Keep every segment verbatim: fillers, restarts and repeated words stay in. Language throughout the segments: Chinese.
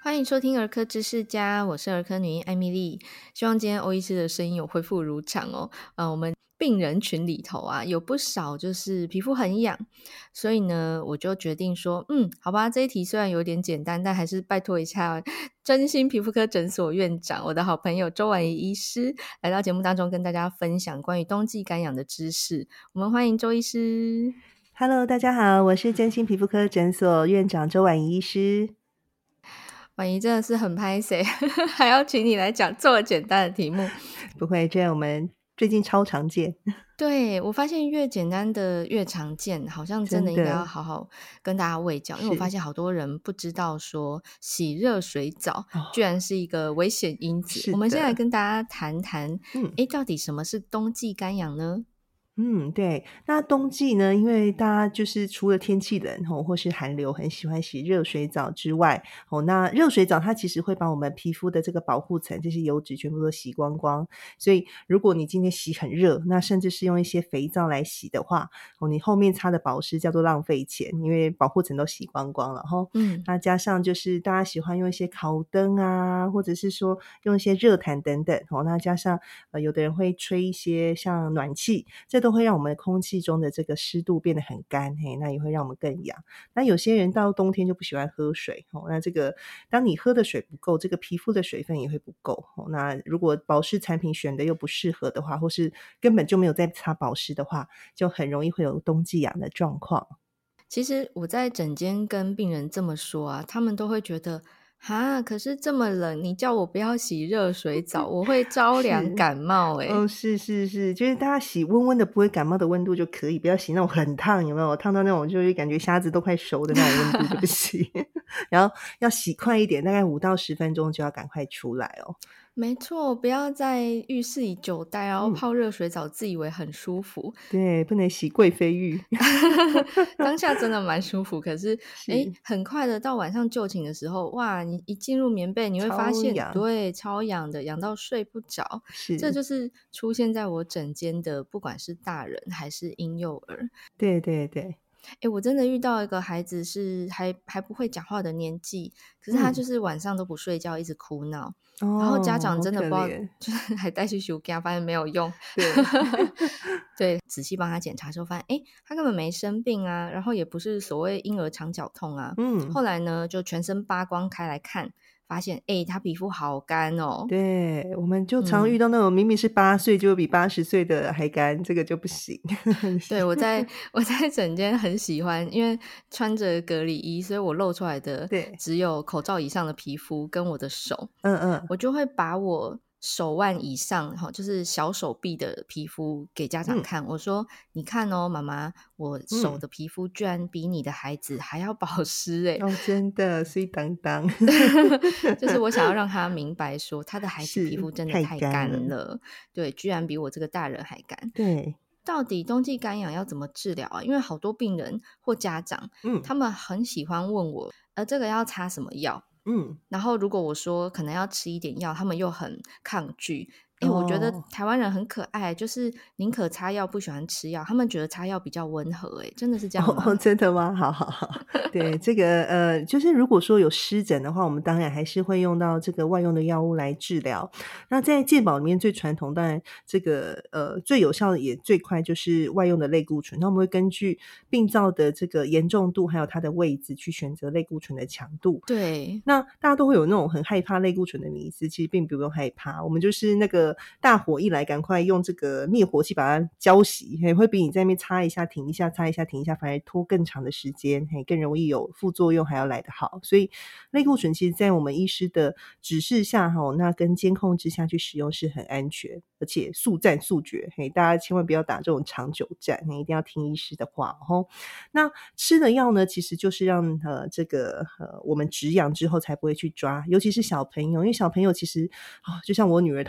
欢迎收听儿科知识家，我是儿科女医艾米丽。希望今天欧医师的声音有恢复如常哦。呃，我们病人群里头啊，有不少就是皮肤很痒，所以呢，我就决定说，嗯，好吧，这一题虽然有点简单，但还是拜托一下真心皮肤科诊所院长，我的好朋友周婉仪医师来到节目当中，跟大家分享关于冬季干痒的知识。我们欢迎周医师。 Hello， 大家好，我是真心皮肤科诊所院长周婉仪医师。 婉仪真的是很拍谁，还要请你来讲这么简单的题目。 不会，这样我们最近超常见。 对，我发现越简单的越常见，好像真的应该要好好跟大家卫教，因为我发现好多人不知道说洗热水澡居然是一个危险因子。 哦、 我们先来跟大家谈谈， 嗯， 诶，到底什么是冬季干痒呢？ 嗯，对，那冬季呢，因为大家就是除了天气冷哦，或是寒流很喜欢洗热水澡之外哦，那热水澡它其实会把我们皮肤的这个保护层这些油脂全部都洗光光，所以如果你今天洗很热，那甚至是用一些肥皂来洗的话哦，你后面擦的保湿叫做浪费钱，因为保护层都洗光光了齁。嗯，那加上就是大家喜欢用一些烤灯啊，或者是说用一些热毯等等哦，那加上呃有的人会吹一些像暖气，这都会让我们空气中的这个湿度变得很干，嘿，那也会让我们更痒。那有些人到冬天就不喜欢喝水，哦，那这个当你喝的水不够，这个皮肤的水分也会不够，哦，那如果保湿产品选的又不适合的话，或是根本就没有在擦保湿的话，就很容易会有冬季痒的状况。 其实我在诊间跟病人这么说啊，他们都会觉得哈，可是这么冷，你叫我不要洗热水澡，我会着凉感冒欸。 哦，是是是，就是大家洗温温的不会感冒的温度就可以，不要洗那种很烫，有没有？烫到那种就是感觉虾子都快熟的那种温度就不行。然后要洗快一点，大概五到十分钟就要赶快出来哦。 没错，不要在浴室里久待，然后泡热水澡，自以为很舒服。 对，不能洗贵妃浴。 当下真的蛮舒服，可是诶，很快的到晚上就寝的时候，哇，你一进入棉被，你会发现，对，超痒的，痒到睡不着。这就是出现在我诊间的，不管是大人还是婴幼儿。 对对对。 诶，我真的遇到一个孩子是还还不会讲话的年纪，可是他就是晚上都不睡觉，一直哭闹。 哦， 然后家长真的不知道， 就是还带去休假，发现没有用。 对对，仔细帮他检查之后发现，诶，他根本没生病啊，然后也不是所谓婴儿肠绞痛啊。嗯，后来呢，就全身扒光开来看，发现诶，他皮肤好干哦。 对，我们就常遇到那种明明是八岁就比八十岁的还干，这个就不行。 对，我在我在诊间很喜欢，因为穿着隔离衣，所以我露出来的只有口罩以上的皮肤跟我的手。 嗯嗯， 我就会把我手腕以上就是小手臂的皮肤给家长看，嗯，我说你看哦，妈妈，我手的皮肤居然比你的孩子还要保湿耶。 哦，真的水当当。 就是我想要让他明白说他的孩子皮肤真的太干了，了对，居然比我这个大人还干。 对， 到底冬季干痒要怎么治疗啊？因为好多病人或家长，嗯，他们很喜欢问我，呃，这个要擦什么药？嗯，然后如果我说可能要吃一点药，他们又很抗拒。哎、欸，我觉得台湾人很可爱，就是宁可擦药不喜欢吃药，他们觉得擦药比较温和。哎，真的是这样吗？ 哦，真的吗？好好好，对，这个呃，就是如果说有湿疹的话，我们当然还是会用到这个外用的药物来治疗。那在健保里面最传统，当然这个呃最有效的也最快就是外用的类固醇。那我们会根据病灶的这个严重度还有它的位置去选择类固醇的强度。 对， 那大家都会有那种很害怕类固醇的迷思，其实并不用害怕，我们就是那个大火一来，赶快用这个灭火器把它浇熄，会比你在那边擦一下停一下擦一下停一下反而拖更长的时间，更容易有副作用还要来得好。所以类固醇其实在我们医师的指示下，那跟监控之下去使用是很安全，而且速战速决，大家千万不要打这种长久战，一定要听医师的话。那吃的药呢，其实就是让呃这个呃我们止痒之后才不会去抓，尤其是小朋友，因为小朋友其实、哦、就像我女儿，她只要被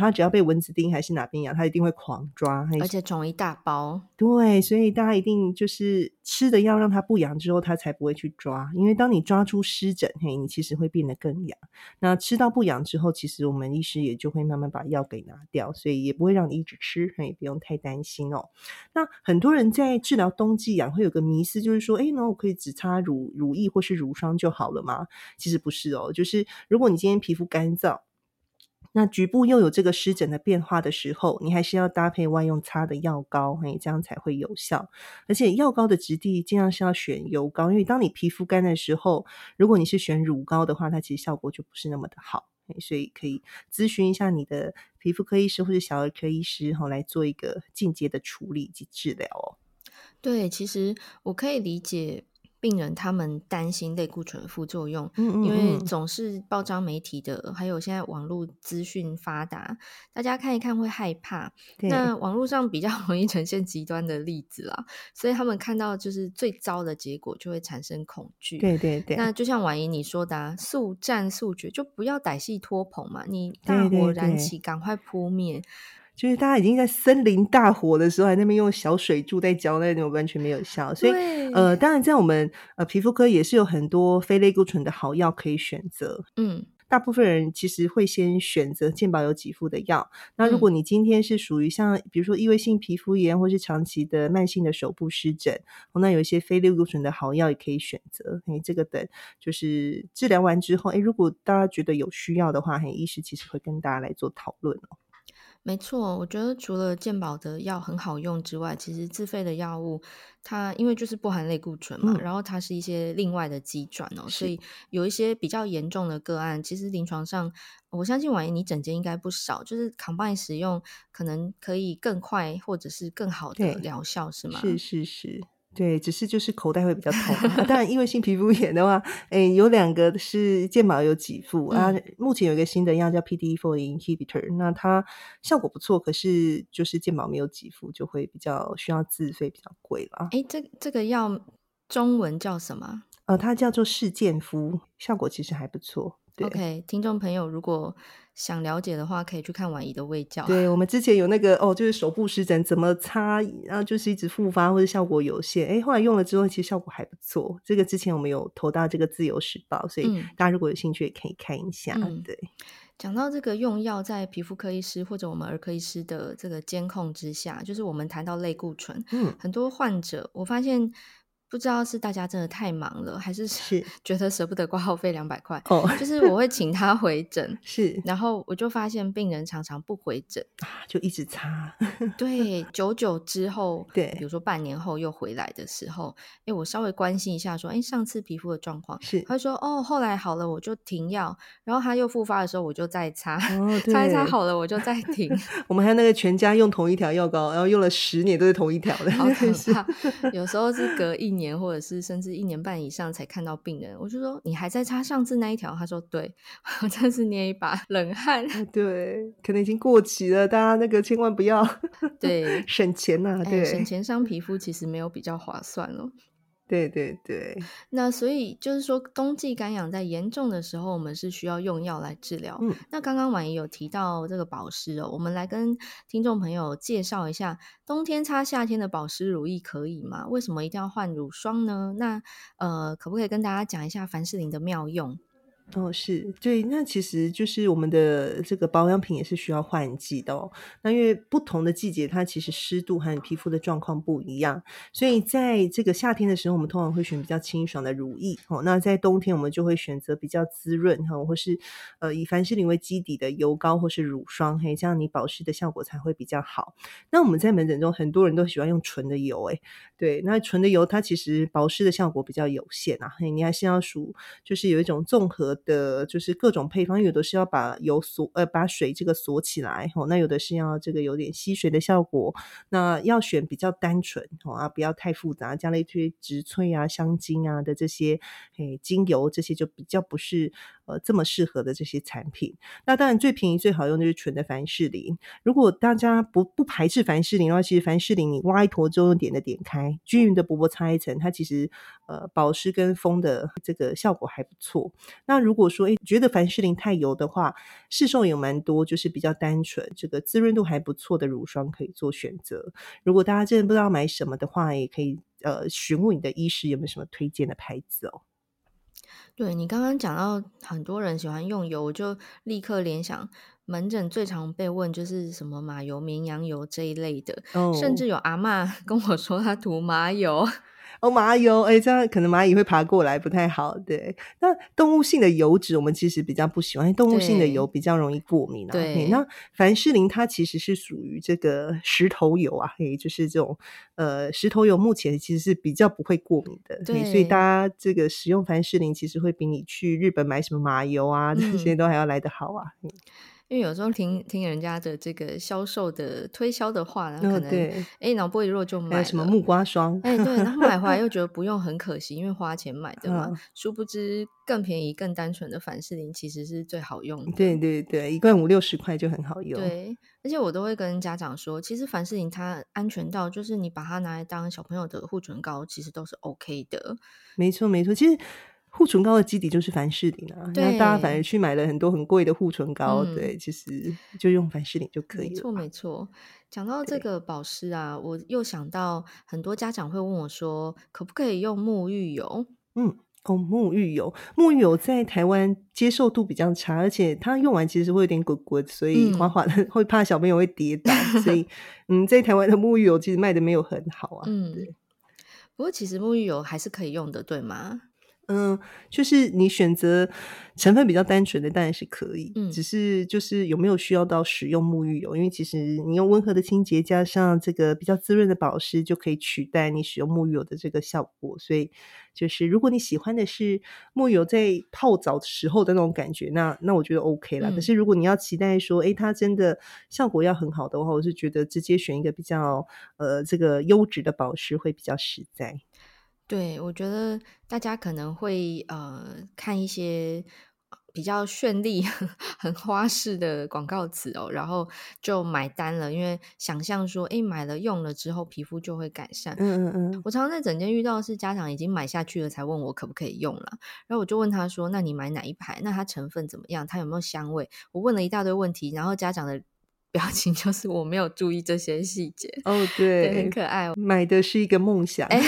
蚊子叮还是哪边痒，他一定会狂抓， 而且肿一大包。 对，所以大家一定就是吃的药让它不痒之后，它才不会去抓。因为当你抓出湿疹，嘿，你其实会变得更痒。那吃到不痒之后，其实我们医师也就会慢慢把药给拿掉，所以也不会让你一直吃，嘿，不用太担心哦。那很多人在治疗冬季痒会有个迷思，就是说，诶，那我可以只擦乳乳液或是乳霜就好了吗？其实不是哦，就是如果你今天皮肤干燥，那局部又有这个湿疹的变化的时候，你还是要搭配外用擦的药膏，嘿，这样才会有效。而且药膏的质地尽量是要选油膏，因为当你皮肤干的时候，如果你是选乳膏的话，它其实效果就不是那么的好。所以可以咨询一下你的皮肤科医师或者小儿科医师，来做一个进阶的处理及治疗哦。 对，其实我可以理解病人他们担心类固醇副作用， 嗯嗯因为嗯， 总是报章媒体的，还有现在网络资讯发达，大家看一看会害怕。那对网络上比较容易呈现极端的例子啦，所以他们看到就是最糟的结果就会产生恐惧。 对对对那就像婉仪你说的啊，速战速决，就不要歹戏拖棚嘛，你大对火对对， 燃起，赶快扑灭。 就是大家已经在森林大火的时候，还在那边用小水柱在浇，那种完全没有效。所以， 对， 呃，当然在我们呃皮肤科也是有很多非类固醇的好药可以选择。 嗯大部分人其实会先选择健保有给付的药。那如嗯。 果你今天是属于像比如说异位性皮肤炎或是长期的慢性的手部湿疹，哦，那有一些非类固醇的好药也可以选择。诶，这个等就是治疗完之后，诶，如果大家觉得有需要的话，嘿，医师其实会跟大家来做讨论哦。 没错，我觉得除了健保的药很好用之外，其实自费的药物，它因为就是不含类固醇嘛， 嗯， 然后它是一些另外的机转哦，所是。 以有一些比较严重的个案，其实临床上，我相信婉莹你诊间应该不少，就是 combine 使用可能可以更快或者是更好的对， 疗效，是是吗？ 是是，对，只是就是口袋会比较痛啊。啊当然，异位性皮肤炎的话，诶，有两个是健保有给付啊。 嗯。 目前有一个新的药叫 P D E 四 inhibitor，那它效果不错，可是就是健保没有给付，就会比较需要自费，比较贵啦。 诶，这这个药中文叫什么呃，它叫做事健夫，效果其实还不错，对。 ？OK，听众朋友如果想了解的话，可以去看婉仪的卫教。 对，我们之前有那个哦，就是手部湿疹怎么擦，然后就是一直复发或者效果有限。诶，后来用了之后，其实效果还不错。这个之前我们有投到这个自由时报，所以嗯大家如果有兴趣也可以看一下。 嗯。 对， 讲到这个用药，在皮肤科医师或者我们儿科医师的这个监控之下，就是我们谈到类固醇， 嗯， 很多患者我发现不知道是大家真的太忙了，还是是， 觉得舍不得挂号费两百块， 哦， 就是我会请他回诊， 是然后我就发现病人常常不回诊。 啊，就一直擦。 对，久久之后，比对， 如说半年后又回来的时候，诶，我稍微关心一下说，诶，上次皮肤的状况， 是， 他就说，哦，后来好了，我就停药，然后他又复发的时候，我就再擦， 哦， 擦一擦对。 好了，我就再停， 我们还有那个全家用同一条药膏，然后用了十年都是同一条的， 好可是。 怕。有时候是隔一年或者是甚至一年半以上才看到病人，我就说你还在擦上次那一条？他说对，我真是捏一把冷汗。 啊，对，可能已经过期了，大家那个千万不要对， 省钱呐， 哎，省对， 钱伤皮肤其实没有比较划算咯。 对对对， 那所以就是说，冬季干痒在严重的时候，我们是需要用药来治疗。 嗯。 那刚刚婉仪有提到这个保湿哦，我们来跟听众朋友介绍一下，冬天擦夏天的保湿乳液可以吗？为什么一定要换乳霜呢？那呃，可不可以跟大家讲一下凡士林的妙用？ 哦，是，对，那其实就是我们的这个保养品也是需要换季的哦。那因为不同的季节，它其实湿度和皮肤的状况不一样，所以在这个夏天的时候，我们通常会选比较清爽的乳液哦。那在冬天，我们就会选择比较滋润哈、哦，或是呃以凡士林为基底的油膏或是乳霜，嘿，这样你保湿的效果才会比较好。那我们在门诊中，很多人都喜欢用纯的油，诶，对，那纯的油它其实保湿的效果比较有限啊，嘿，你还是要属就是有一种综合的，就是各种配方，有的是要把油锁呃把水这个锁起来哦，那有的是要这个有点吸水的效果，那要选比较单纯哦啊，不要太复杂，加了一堆植萃啊、香精啊的这些诶精油，这些就比较不是呃这么适合的这些产品。那当然最便宜最好用就是纯的凡士林，如果大家不不排斥凡士林的话，其实凡士林你挖一坨之后用点的点开，均匀的薄薄擦一层，它其实呃保湿跟封的这个效果还不错。那如果说诶觉得凡士林太油的话，市售有蛮多就是比较单纯这个滋润度还不错的乳霜可以做选择。如果大家真的不知道买什么的话，也可以呃询问你的医师有没有什么推荐的牌子哦。 对，你刚刚讲到很多人喜欢用油，我就立刻联想门诊最常被问就是什么马油、绵羊油这一类的，甚哦至有阿嬷跟我说她涂马油。 哦，麻油，哎，这样可能蚂蚁会爬过来，不太好。对，那动物性的油脂我们其实比较不喜欢，因为动物性的油对比较容易过敏啊。嘿， 对那凡士林它其实是属于这个石头油啊，嘿，就是这种呃石头油，目前其实是比较不会过敏的。嘿，所以大对， 家这个使用凡士林，其实会比你去日本买什么麻油啊这些嗯。 都还要来得好啊。嘿因为有时候听听人家的这个销售的推销的话，然后可哦， 能对， 诶脑波一弱就还有买了。 什么木瓜霜， 哎，对，然后买回来又觉得不用很可惜，因为花钱买的嘛， 嗯。 殊不知更便宜、更单纯的凡士林其实是最好用的。 对对对，一罐五六十块就很好用。 对，而且我都会跟家长说，其实凡士林它安全到，就是你把它拿来当小朋友的护唇膏，其实都是 OK 的。 没错没错，其实护唇膏的基底就是凡士林啊，那大家反而对， 去买了很多很贵的护唇膏， 嗯。 对，其实就用凡士林就可没错， 以了嘛。 没错。讲到这对， 个保湿啊，我又想到很多家长会问我说，可不可以用沐浴油？ 嗯，哦，沐浴油，沐浴油在台湾接受度比较差，而且它用完其实会有点滚滚，所以滑嗯滑的，会怕小朋友会跌倒，所以嗯，在台湾的沐浴油其实卖的没有很好啊， 嗯， 对。 不过其实沐浴油还是可以用的，对吗？ 嗯，就是你选择成分比较单纯的当然是可以， 嗯只是就是有没有需要到使用沐浴油，因为其实你用温和的清洁加上这个比较滋润的保湿，就可以取代你使用沐浴油的这个效果。所以就是如果你喜欢的是沐浴油在泡澡时候的那种感觉，那那我觉得 OK 啦。可嗯。 是如果你要期待说，诶，它真的效果要很好的话，我是觉得直接选一个比较呃这个优质的保湿会比较实在。 对，我觉得大家可能会呃看一些呃比较绚丽、很花式的广告词哦，然后就买单了，因为想象说，诶，买了用了之后皮肤就会改善。 嗯嗯嗯。 我常常在诊间遇到的是家长已经买下去了，才问我可不可以用了，然后我就问他说："那你买哪一排？那它成分怎么样？它有没有香味？"我问了一大堆问题，然后家长的表情就是我没有注意这些细节， 哦， 对，很对， 可爱哦。 买的是一个梦想。 哎，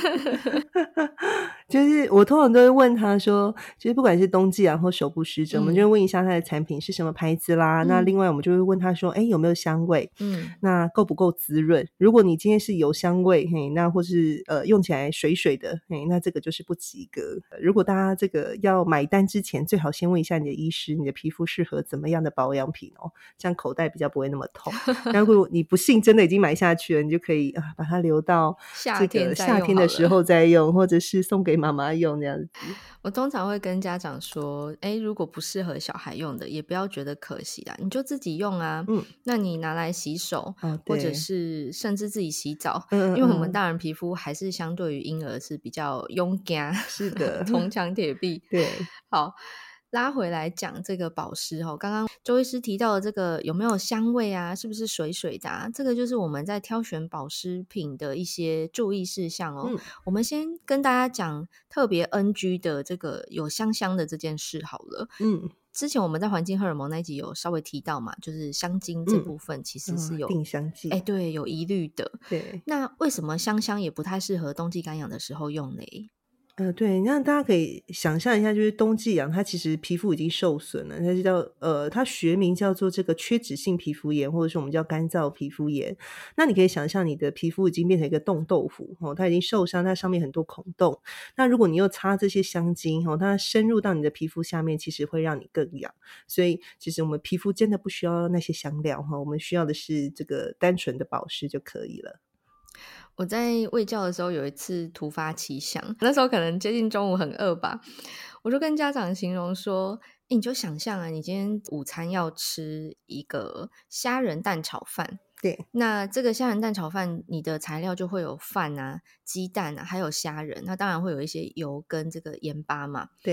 就是我通常都会问他说，其实不管是冬季啊或手部湿疹，我们就嗯会问一下他的产品是什么牌子啦。那嗯另外我们就会问他说，哎，有没有香味？ 嗯。 那够不够滋润？如果你今天是有香味，嘿，那或是呃用起来水水的，嘿，那这个就是不及格。呃如果大家这个要买单之前，最好先问一下你的医师，你的皮肤适合怎么样的保养品哦，这样口袋比较不会那么痛。那如果你不幸真的已经买下去了，你就可以啊把它留到这夏天再个夏用好了。 天的时候再用，或者是送给妈妈用这样子。 我通常会跟家长说，诶，如果不适合小孩用的，也不要觉得可惜啦，你就自己用啊。 嗯， 那你拿来洗手， 哦， 或者对， 是甚至自己洗澡， 嗯嗯因为我们嗯， 大人皮肤还是相对于婴儿是比较勇敢， 是的， 铜墙铁壁。 对， 好，拉回来讲这个保湿哦，刚刚周医师提到的这个有没有香味啊，是不是水水的啊？这个就是我们在挑选保湿品的一些注意事项哦。 嗯我们先跟大家讲特别 N G 的这个有香香的这件事好了。 嗯之前我们在环境荷尔蒙那一集有稍微提到嘛，就是香精这嗯， 部分其实是啊， 有， 定香哎， 剂， 对，有疑虑的。 对。 那为什么香香也不太适合冬季干痒的时候用嘞？ 呃，对，那大家可以想象一下，就是冬季痒，它其实皮肤已经受损了，它是叫呃，它学名叫做这个缺脂性皮肤炎，或者是我们叫干燥皮肤炎。那你可以想象，你的皮肤已经变成一个冻豆腐哦，它已经受伤，它上面很多孔洞。那如果你又擦这些香精哦，它深入到你的皮肤下面，其实会让你更痒。所以，其实我们皮肤真的不需要那些香料哈，我们需要的是这个单纯的保湿就可以了。 我在卫教的时候有一次突发奇想，那时候可能接近中午很饿吧，我就跟家长形容说：诶，你就想象啊，你今天午餐要吃一个虾仁蛋炒饭， 对那这个虾仁蛋炒饭，你的材料就会有饭啊、鸡蛋啊，还有虾仁，那当然会有一些油跟这个盐巴嘛。 对，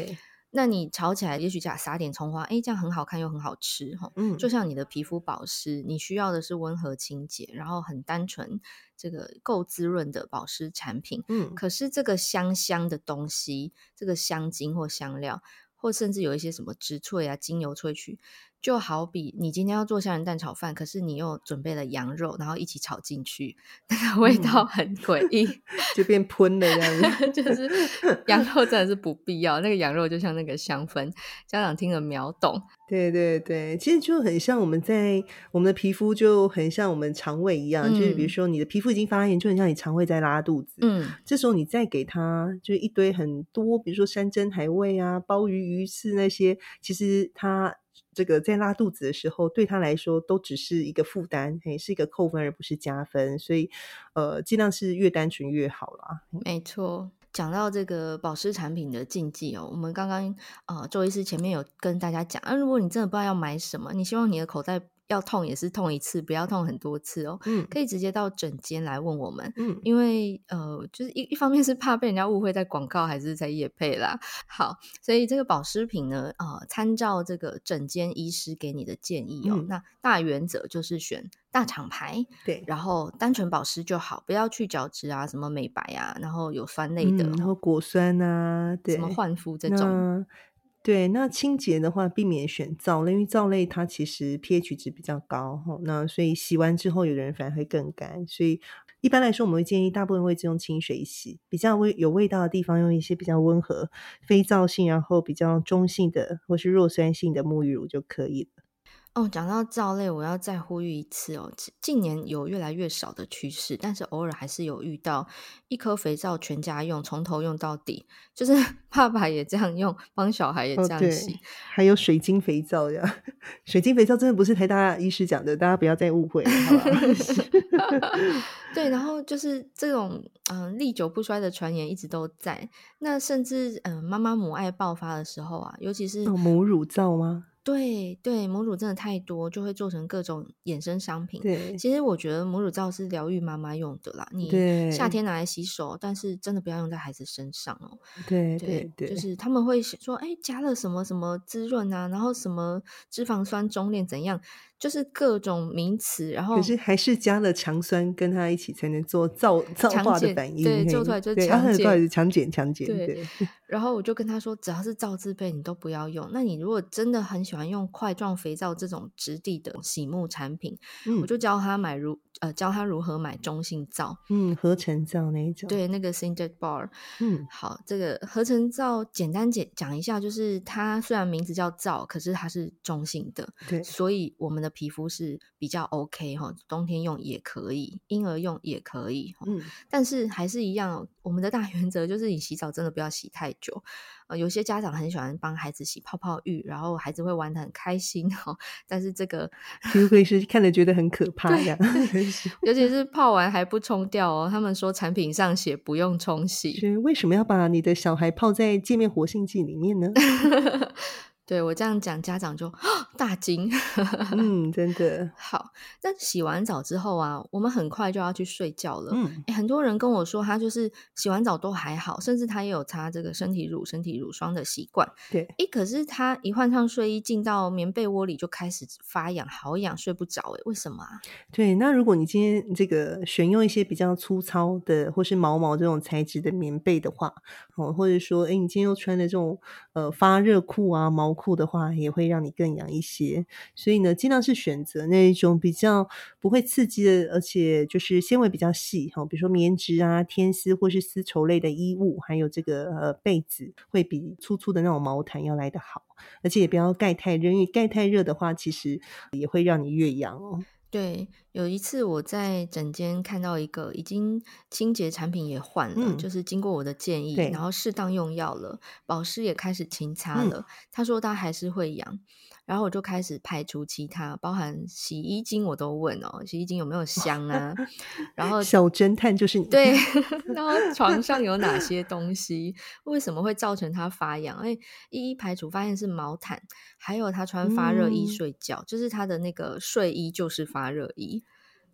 那你炒起来也许加撒点葱花，诶，这样很好看又很好吃齁。就嗯。 像你的皮肤保湿，你需要的是温和清洁，然后很单纯这个够滋润的保湿产品。 嗯。 可是这个香香的东西，这个香精或香料，或甚至有一些什么植萃啊、精油萃取，就好比你今天要做虾仁蛋炒饭，可是你又准备了羊肉，然后一起炒进去，那个味道嗯。 很诡异。 就变喷了这样子。 就是羊肉真的是不必要，那个羊肉就像那个香氛，家长听了秒懂。 对对对，其实就很像我们在我们的皮肤就很像我们肠胃一样，就是比如嗯。 说你的皮肤已经发炎，就很像你肠胃在拉肚子。 嗯。 这时候你再给它就一堆很多，比如说山珍海味啊、鲍鱼、鱼翅那些，其实它这个在拉肚子的时候，对它来说都只是一个负担，嘿，是一个扣分而不是加分。所以，呃，尽量是越单纯越好啦。 没错。讲到这个保湿产品的禁忌哦，我们刚刚呃周医师前面有跟大家讲，啊，如果你真的不知道要买什么，你希望你的口袋要痛也是痛一次，不要痛很多次哦， 嗯。 可以直接到诊间来问我们。 嗯。 因为呃就是一一方面是怕被人家误会在广告还是在业配啦。好，所以这个保湿品呢，呃参照这个诊间医师给你的建议哦， 嗯。 那大原则就是选大厂牌， 对。 然后单纯保湿就好，不要去角质啊，什么美白啊，然后有酸类的嗯，然齁。 后果酸啊，对。 什么焕肤这种。 那对，那清洁的话避免选皂类，因为皂类它其实 pH 值比较高齁，那所以洗完之后有的人反而会更干。所以一般来说我们会建议大部分会用清水洗，比较味有味道的地方用一些比较温和、非皂性，然后比较中性的或是弱酸性的沐浴乳就可以了。 哦，讲到皂类，我要再呼吁一次哦，近近年有越来越少的趋势，但是偶尔还是有遇到一颗肥皂全家用，从头用到底，就是爸爸也这样用，帮小孩也哦， 这样对， 洗。 还有水晶肥皂这样，水晶肥皂真的不是台大医师讲的，大家不要再误会了，好不好？ 对，然后就是这种，呃，历久不衰的传言一直都在，那甚至，呃，妈妈母爱爆发的时候啊，尤其是哦，母乳皂吗？ 对对，母乳真的太多，就会做成各种衍生商品。 对。 其实我觉得母乳皂是疗愈妈妈用的啦，你夏对。 天拿来洗手，但是真的不要用在孩子身上哦。 对对， 对对。 就是他们会说，诶，加了什么什么滋润啊，然后什么脂肪酸中链怎样，就是各种名词，然后可是还是加了强酸跟它一起才能做皂皂化的强碱， 反应， 对，做出嘿， 来就是对，啊， 强碱。 不好意思，强碱强碱， 对， 对。 然后我就跟他说，只要是皂字辈你都不要用，那你如果真的很喜欢用块状肥皂这种质地的洗沐产品，我嗯。 就教他买如呃，教他如何买中性皂。 嗯，合成皂那一种。 对，那个 Syndet Bar。 嗯。 好，这个合成皂简单简讲一下，就是它虽然名字叫皂，可是它是中性的， 对。 所以我们的皮肤是比较 OK 齁，冬天用也可以，婴儿用也可以齁。 嗯。 但是还是一样，我们的大原则就是你洗澡真的不要洗太久。呃，有些家长很喜欢帮孩子洗泡泡浴，然后孩子会玩得很开心齁，但是这个皮肤科医师看了觉得很可怕这对样。 对，尤其是泡完还不冲掉哦，他们说产品上写不用冲洗。 是为什么要把你的小孩泡在界面活性剂里面呢？ 对，我这样讲家长就大惊。 嗯，真的。 好，那洗完澡之后啊，我们很快就要去睡觉了。 嗯。 诶，很多人跟我说他就是洗完澡都还好，甚至他也有擦这个身体乳、身体乳霜的习惯。 对。 诶，可是他一换上睡衣进到棉被窝里就开始发痒，好痒，睡不着诶，为什么啊？ 对，那如果你今天这个选用一些比较粗糙的或是毛毛这种材质的棉被的话，哦，或者说，诶，你今天又穿的这种，呃，发热裤啊、毛裤的话，也会让你更痒一些。所以呢，尽量是选择那一种比较不会刺激的，而且就是纤维比较细，齁，比如说棉质啊、天丝或是丝绸类的衣物，还有这个，呃，被子，会比粗粗的那种毛毯要来得好。而且也不要盖太热，因为盖太热的话，其实也会让你越痒哦。 对，有一次我在诊间看到一个已经清洁产品也换了， 嗯。 就是经过我的建议，然对。 后适当用药了，保湿也开始勤擦嗯。 了，他说他还是会痒，然后我就开始排除其他，包含洗衣精我都问哦，洗衣精有没有香啊，然后小侦探就是你。 对，然后床上有哪些东西，为什么会造成他发痒，诶，一一排除发现是毛毯，还有他穿发热衣嗯。 睡觉，就是他的那个睡衣就是发热衣。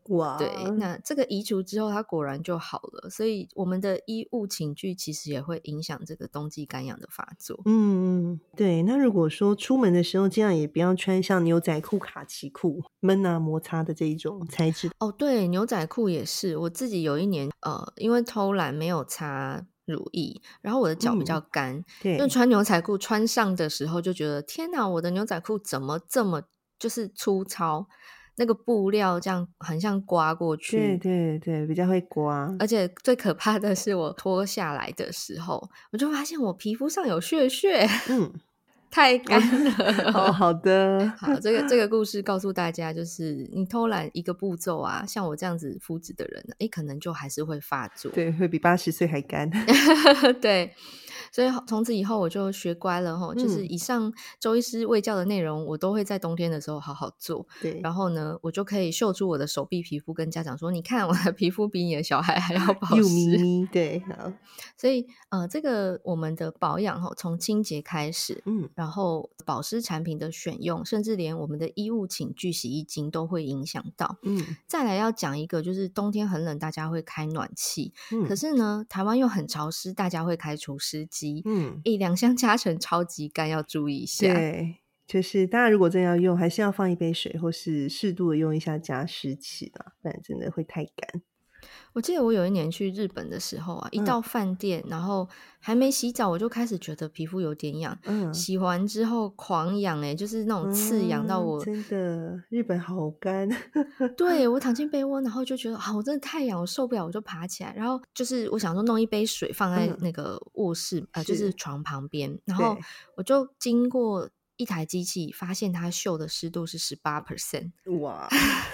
哇， 对，那这个移除之后它果然就好了，所以我们的衣物寝具其实也会影响这个冬季干痒的发作。 嗯嗯，对。那如果说出门的时候，尽量也不要穿像牛仔裤、卡其裤，闷啊摩擦的这一种材质。 哦，对，牛仔裤也是，我自己有一年呃，因为偷懒没有擦乳液，然后我的脚比较嗯， 干，因为对， 穿牛仔裤穿上的时候就觉得天哪，我的牛仔裤怎么这么就是粗糙，那个布料这样很像刮过对去， 对对，比较会刮。 而且最可怕的是我脱下来的时候，我就发现我皮肤上有屑屑， 嗯， 太哦， 干哦， 了。 好的。 好，这个这个故事告诉大家，就是你偷懒一个步骤啊，像我这样子肤质的人，诶，可能就还是会发作。 对，会比八十岁还干。 对，所以从此以后我就学乖了齁，就是嗯， 以上周医师卫教的内容，我都会在冬天的时候好好做。 对， 然后呢，我就可以秀出我的手臂皮肤，跟家长说：“你看我的皮肤比你的小孩还要保幼咪湿。” 咪，对，好， 所以呃，这个我们的保养齁，从清洁开始， 嗯， 然后保湿产品的选用，甚至连我们的衣物、寝具、洗衣精都会影响到。 嗯， 再来要讲一个，就是冬天很冷，大家会开暖气，可嗯， 是呢，台湾又很潮湿，大家会开除湿机， 嗯， 诶，两相加成超级干，要注意一下。 对，就是大家如果真的要用，还是要放一杯水，或是适度的用一下加湿器啦，不然真的会太干。 我记得我有一年去日本的时候啊，一嗯， 到饭店，然后还没洗澡，我就开始觉得皮肤有点痒， 嗯， 洗完之后狂痒诶、就是那种刺痒到嗯， 我， 真的，日本好干。 对，我躺进被窝，然后就觉得啊，我真的太痒，我受不了，我就爬起来，然后就是我想说弄一杯水放在嗯， 那个卧室，呃，就是是， 床旁边，然后对， 我就经过一台机器，发现它秀的湿度是十八 percent。 哇，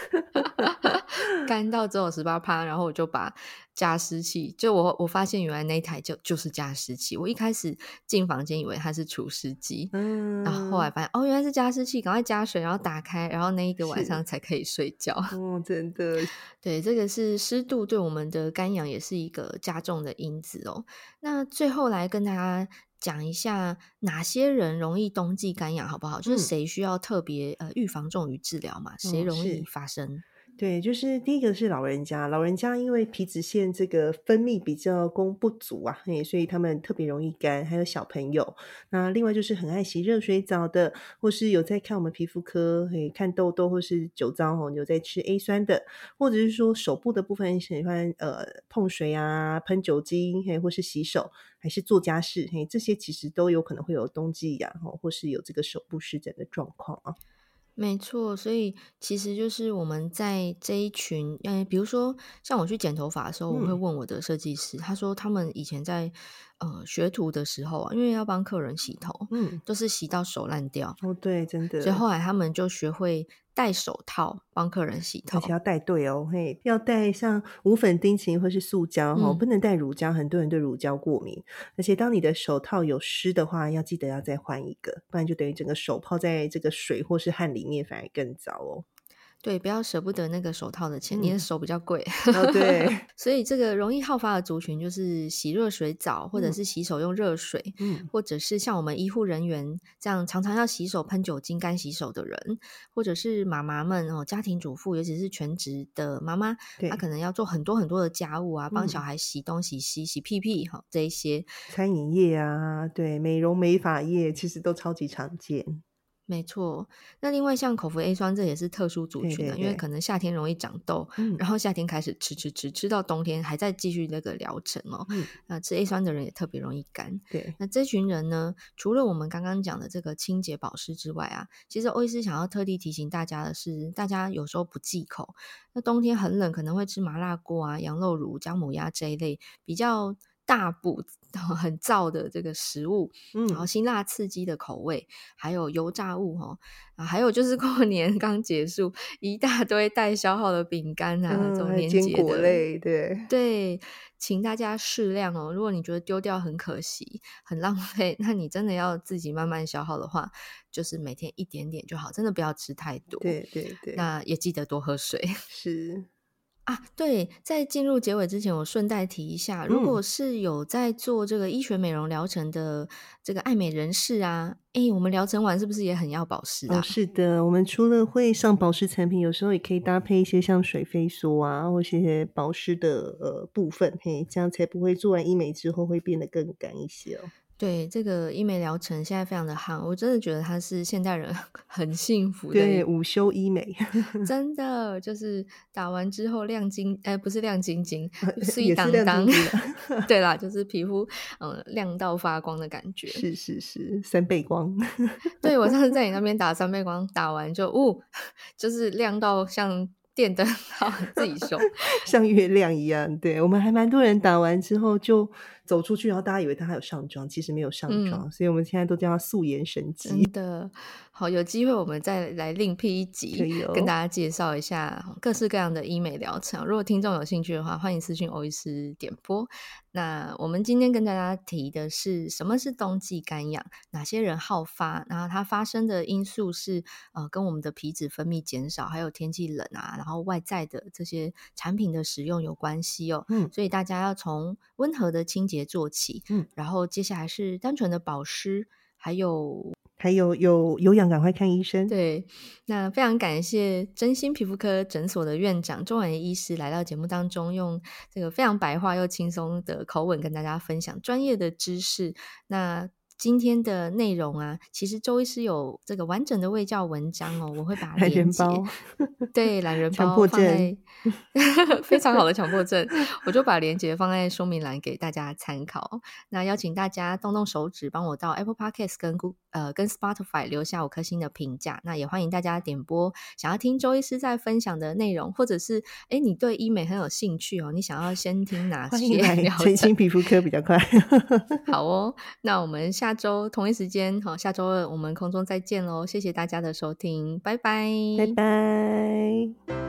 干到只有十八趴，然后我就把加湿器就我我发现原来那一台就就是加湿器，我一开始进房间以为它是除湿机，然后后来嗯， 发现哦原来是加湿器，赶快加水，然后打开，然后那一个晚是， 上才可以睡觉。 哦，真的， 对，这个是湿度对我们的干痒也是一个加重的因子哦。那最后来跟大家讲一下哪些人容易冬季干痒好不好？就是嗯， 谁需要特别呃预防重于治疗嘛，谁哦， 容易是。 发生？ 对，就是第一个是老人家，老人家因为皮脂腺这个分泌比较供不足啊，嘿，所以他们特别容易干。还有小朋友，那另外就是很爱洗热水澡的，或是有在看我们皮肤科，嘿，看痘痘或是酒糟哦，有在吃 A 酸的，或者是说手部的部分喜欢呃碰水啊、喷酒精，嘿，或是洗手，还是做家事，嘿，这些其实都有可能会有冬季痒哦，或是有这个手部湿疹的状况啊。 没错，所以其实就是我们在这一群，呃，比如说像我去剪头发的时候，我会嗯问我的设计师，他说他们以前在呃学徒的时候啊，因为要帮客人洗头， 嗯， 都是洗到手烂掉， 哦，对，真的。 所以后来他们就学会戴手套帮客人洗头。 而且要带对哦，嘿，要带像无粉丁腈或是塑胶哦，不嗯， 能带乳胶，很多人对乳胶过敏。而且当你的手套有湿的话，要记得要再换一个，不然就等于整个手泡在这个水或是汗里面，反而更糟哦。 对，不要舍不得那个手套的钱，你的嗯， 手比较贵。 哦，对， 所以这个容易好发的族群就是洗热水澡，或者嗯是洗手用热水， 嗯或者是像我们医护人员这样常常要洗手喷酒精干洗手的人，或者是妈妈们哦，家庭主妇，尤其是全职的妈妈，她可对， 能要做很多很多的家务啊，帮小嗯， 孩洗东洗西、洗屁屁哈，这一些餐饮业啊，对，美容美发业其实都超级常见。 没错，那另外像口服 A 酸这也是特殊族对群的，因为对对， 可能夏天容易长痘， 嗯然后夏天开始吃吃吃，吃到冬天还在继续那个疗程哦。 嗯， 那吃 A 酸的人也特别容易干。 对， 那这群人呢，除了我们刚刚讲的这个清洁保湿之外啊，其实欧医师想要特地提醒大家的是，大家有时候不忌口，那冬天很冷，可能会吃麻辣锅啊、羊肉乳、姜母鸭这一类比较大补、很燥的这个食物，然后嗯辛辣刺激的口味，还有油炸物哈，啊，还有就是过年刚结束，一大堆待消耗的饼干啊，这嗯， 种年还有坚节的， 果类，对。 对，请大家适量哦。如果你觉得丢掉很可惜、很浪费，那你真的要自己慢慢消耗的话，就是每天一点点就好，真的不要吃太多。 对对对， 那也记得多喝水。 是。 啊，对，在进入结尾之前，我顺带提一下，如嗯。 果是有在做这个医学美容疗程的这个爱美人士啊，诶，我们疗程完是不是也很要保湿哦， 啊？ 是的，我们除了会上保湿产品，有时候也可以搭配一些像水飞梭啊，或是一些保湿的呃部分，嘿，这样才不会做完医美之后会变得更干一些哦。 对，这个医美疗程现在非常的夯，我真的觉得它是现代人很幸福的对， 一午休医美真的，就是打完之后亮晶哎，不是亮晶晶，就水也是当当。 亮晶晶的， 对啦，就是皮肤，呃，亮到发光的感觉。 是是是，三倍光。 对，我上次在你那边打三倍光，打完就呜，就是亮到像电灯泡，自己说。 像月亮一样，对，我们还蛮多人打完之后就走出去，然后大家以为他还有上妆，其实没有上嗯。 妆，所以我们现在都叫他素颜神肌。 真的，好，有机会我们再来另辟一集， 可以哦。 跟大家介绍一下各式各样的医美疗程。如果听众有兴趣的话，欢迎私讯欧医师点播。那我们今天跟大家提的是什么是冬季干痒，哪些人好发，然后它发生的因素是呃跟我们的皮脂分泌减少，还有天气冷啊，然后外在的这些产品的使用有关系哦。 嗯所以大家要从温和的清洁做起， 嗯， 然后接下来是单纯的保湿。还有还有有有痒赶快看医生。 对，那非常感谢真心皮肤科诊所的院长钟婉仪医师来到节目当中，用这个非常白话又轻松的口吻跟大家分享专业的知识。那今天的内容啊，其实周医师有这个完整的卫教文章哦，我会把懒连结人包， 对懒人强包迫症。 放在非常好的强迫症，我就把连结放在说明栏给大家参考。那邀请大家动动手指，帮我到 Apple Podcast 跟 Google 呃跟 Spotify 留下五颗星的评价。那也欢迎大家点播想要听周医师在分享的内容，或者是诶你对医美很有兴趣哦，你想要先听哪些欢迎来疗程？ 真心皮肤科比较快。 好哦，那我们下周同一时间，好，下周二我们空中再见喽！谢谢大家的收听，拜拜。 拜拜。